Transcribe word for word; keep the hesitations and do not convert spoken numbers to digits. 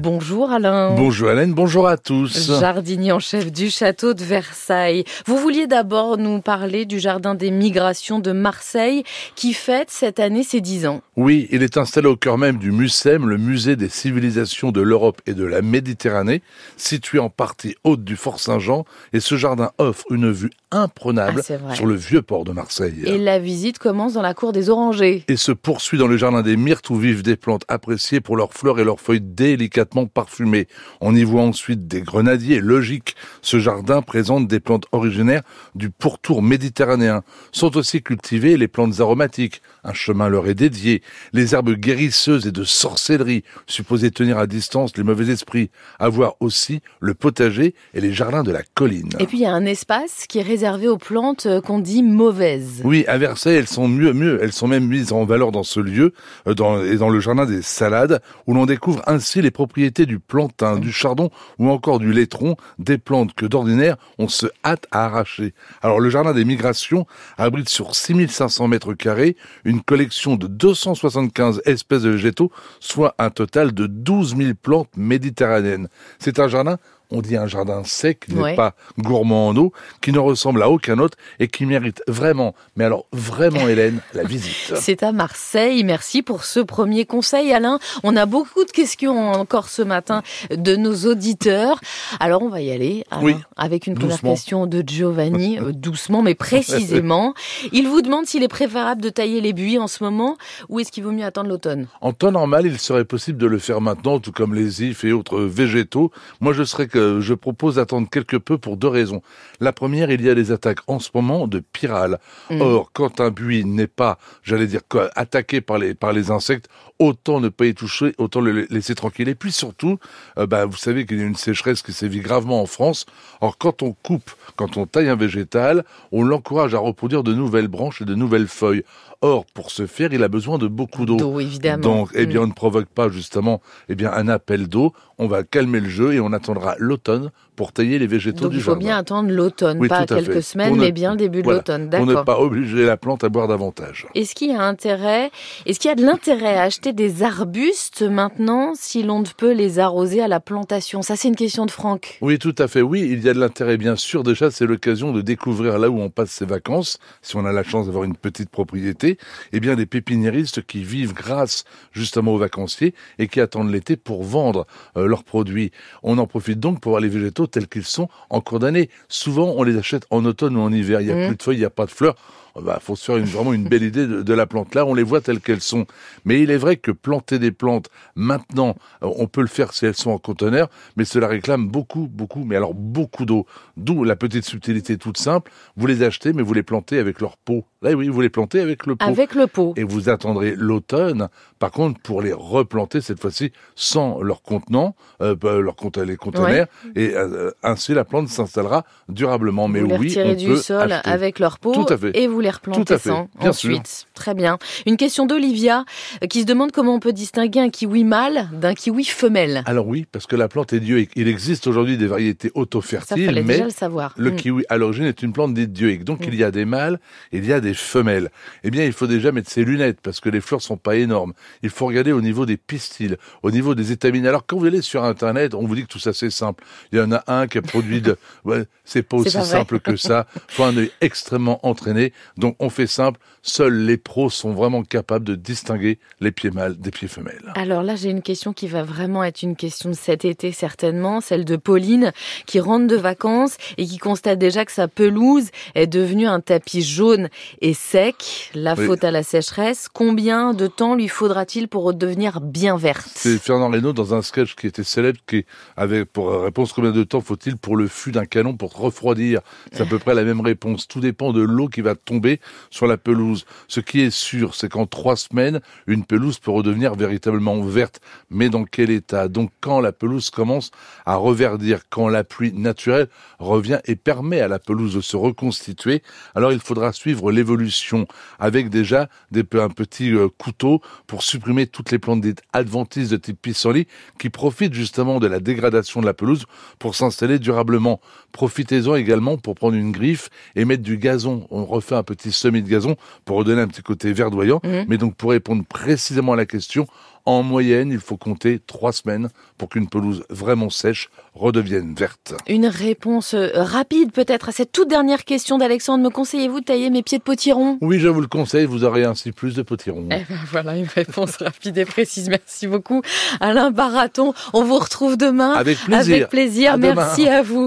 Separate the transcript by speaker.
Speaker 1: Bonjour Alain.
Speaker 2: Bonjour Hélène, bonjour à tous.
Speaker 1: Jardinier en chef du château de Versailles. Vous vouliez d'abord nous parler du jardin des migrations de Marseille qui fête cette année ses dix ans.
Speaker 2: Oui, il est installé au cœur même du MUCEM, le musée des civilisations de l'Europe et de la Méditerranée, situé en partie haute du Fort Saint-Jean, et ce jardin offre une vue imprenable
Speaker 1: ah,
Speaker 2: sur le vieux port de Marseille.
Speaker 1: Et la visite commence dans la cour des Orangers.
Speaker 2: Et se poursuit dans le jardin des myrtes où vivent des plantes appréciées pour leurs fleurs et leurs feuilles délicatement parfumées. On y voit ensuite des grenadiers. Logique, ce jardin présente des plantes originaires du pourtour méditerranéen. Sont aussi cultivées les plantes aromatiques. Un chemin leur est dédié. Les herbes guérisseuses et de sorcellerie, supposées tenir à distance les mauvais esprits. À voir aussi le potager et les jardins de la colline.
Speaker 1: Et puis il y a un espace qui est réservé aux plantes qu'on dit mauvaises.
Speaker 2: Oui, à Versailles, elles sont mieux, mieux. Elles sont même mises en valeur dans ce lieu, dans, et dans le jardin des salades, où l'on découvre ainsi les propriétés du plantain, du chardon ou encore du laitron, des plantes que d'ordinaire on se hâte à arracher. Alors le jardin des migrations abrite sur six mille cinq cents mètres carrés une collection de deux cent soixante-quinze espèces de végétaux, soit un total de douze mille plantes méditerranéennes. C'est un jardin, on dit un jardin sec, qui
Speaker 1: ouais.
Speaker 2: n'est pas gourmand en eau, qui ne ressemble à aucun autre et qui mérite vraiment, mais alors vraiment Hélène, la visite.
Speaker 1: C'est à Marseille. Merci pour ce premier conseil Alain. On a beaucoup de questions encore ce matin de nos auditeurs. Alors on va y aller Alain,
Speaker 2: oui,
Speaker 1: avec une
Speaker 2: doucement.
Speaker 1: première question de Giovanni, euh, doucement mais précisément. Il vous demande s'il est préférable de tailler les buis en ce moment ou est-ce qu'il vaut mieux attendre l'automne?
Speaker 2: En temps normal, il serait possible de le faire maintenant, tout comme les ifs et autres végétaux. Moi, je serais que je propose d'attendre quelque peu pour deux raisons. La première, il y a des attaques en ce moment de pyrales. Mmh. Or, quand un buis n'est pas, j'allais dire, attaqué par les par les insectes, autant ne pas y toucher, autant le laisser tranquille. Et puis surtout, euh, bah, vous savez qu'il y a une sécheresse qui sévit gravement en France. Or, quand on coupe, quand on taille un végétal, on l'encourage à reproduire de nouvelles branches et de nouvelles feuilles. Or, pour ce faire, il a besoin de beaucoup d'eau.
Speaker 1: D'eau, évidemment.
Speaker 2: Donc, eh bien,
Speaker 1: mmh.
Speaker 2: on ne provoque pas justement, eh bien, un appel d'eau. On va calmer le jeu et on attendra l'automne pour tailler les végétaux
Speaker 1: Donc,
Speaker 2: du
Speaker 1: jardin. Donc, il faut bien attendre l'automne,
Speaker 2: oui,
Speaker 1: pas
Speaker 2: quelques
Speaker 1: fait. semaines,
Speaker 2: ne...
Speaker 1: mais bien le début de
Speaker 2: voilà,
Speaker 1: l'automne. D'accord.
Speaker 2: Pour ne pas obliger la plante à boire davantage.
Speaker 1: Est-ce qu'il y a intérêt, est-ce qu'il y a de l'intérêt à acheter des arbustes maintenant si l'on ne peut les arroser à la plantation? Ça, c'est une question de Franck.
Speaker 2: Oui, tout à fait. Oui, il y a de l'intérêt, bien sûr. Déjà, c'est l'occasion de découvrir là où on passe ses vacances, si on a la chance d'avoir une petite propriété, eh bien, des pépiniéristes qui vivent grâce justement aux vacanciers et qui attendent l'été pour vendre euh, leurs produits. On en profite donc pour voir les végétaux tels qu'ils sont en cours d'année. Souvent, on les achète en automne ou en hiver. Il n'y a mmh. plus de feuilles, il n'y a pas de fleurs. Bah, faut se faire une, vraiment une belle idée de, de la plante. Là, on les voit telles qu'elles sont. Mais il est vrai que planter des plantes, maintenant, on peut le faire si elles sont en conteneur, mais cela réclame beaucoup, beaucoup, mais alors beaucoup d'eau. D'où la petite subtilité toute simple. Vous les achetez, mais vous les plantez avec leur pot. Là, oui, vous les plantez avec le pot.
Speaker 1: Avec le pot.
Speaker 2: Et vous attendrez l'automne, par contre, pour les replanter, cette fois-ci, sans leur contenant, euh, leur cont- les conteneurs, ouais. et euh, ainsi la plante s'installera durablement. Mais
Speaker 1: vous
Speaker 2: oui,
Speaker 1: les retirez
Speaker 2: on
Speaker 1: du
Speaker 2: peut
Speaker 1: sol
Speaker 2: acheter.
Speaker 1: Avec leur pot.
Speaker 2: Tout à fait.
Speaker 1: Et vous les replantez sans,
Speaker 2: bien
Speaker 1: ensuite.
Speaker 2: Sûr.
Speaker 1: Très bien. Une question d'Olivia qui se demande comment on peut distinguer un kiwi mâle d'un kiwi femelle.
Speaker 2: Alors oui, parce que la plante est dioïque. Il existe aujourd'hui des variétés auto-fertiles,
Speaker 1: Ça, fallait
Speaker 2: mais
Speaker 1: déjà le, savoir.
Speaker 2: le
Speaker 1: mmh.
Speaker 2: kiwi à l'origine est une plante dite dioïque. Donc mmh. il y a des mâles, il y a des femelles. Eh bien, il faut déjà mettre ses lunettes parce que les fleurs sont pas énormes. Il faut regarder au niveau des pistils, au niveau des étamines. Alors quand vous allez sur Internet, on vous dit que tout ça c'est simple. Il y en a un qui a produit de... Ouais, c'est pas aussi
Speaker 1: c'est pas
Speaker 2: simple que ça. Faut un œil extrêmement entraîné. Donc on fait simple. Seuls les pros sont vraiment capables de distinguer les pieds mâles des pieds femelles.
Speaker 1: Alors là, j'ai une question qui va vraiment être une question de cet été certainement, celle de Pauline qui rentre de vacances et qui constate déjà que sa pelouse est devenue un tapis jaune et sec. La oui. faute à la sécheresse. Combien de temps lui faudra-t-il pour redevenir bien verte?
Speaker 2: C'est Fernand Reynaud dans un sketch qui était célèbre qui avait pour réponse combien de temps faut-il pour le fût d'un canon pour refroidir? C'est à peu près la même réponse. Tout dépend de l'eau qui va tomber sur la pelouse. Ce qui est sûr, c'est qu'en trois semaines, une pelouse peut redevenir véritablement verte. Mais dans quel état? Donc quand la pelouse commence à reverdir, quand la pluie naturelle revient et permet à la pelouse de se reconstituer, alors il faudra suivre l'évolution avec déjà des, un petit euh, couteau pour supprimer toutes les plantes dites adventices de type pissenlit qui profitent justement de la dégradation de la pelouse pour s'installer durablement. Profitez-en également pour prendre une griffe et mettre du gazon. On refait un petit semis de gazon pour redonner un petit côté verdoyant. Mmh. Mais donc pour répondre précisément à la question, En moyenne, il faut compter trois semaines pour qu'une pelouse vraiment sèche redevienne verte.
Speaker 1: Une réponse rapide peut-être à cette toute dernière question d'Alexandre. Me conseillez-vous de tailler mes pieds de potiron ?
Speaker 2: Oui, je vous le conseille, vous aurez ainsi plus de potirons.
Speaker 1: Eh ben voilà, une réponse rapide et précise. Merci beaucoup Alain Baraton. On vous retrouve demain.
Speaker 2: Avec plaisir.
Speaker 1: Avec plaisir.
Speaker 2: À
Speaker 1: Merci
Speaker 2: demain.
Speaker 1: à vous.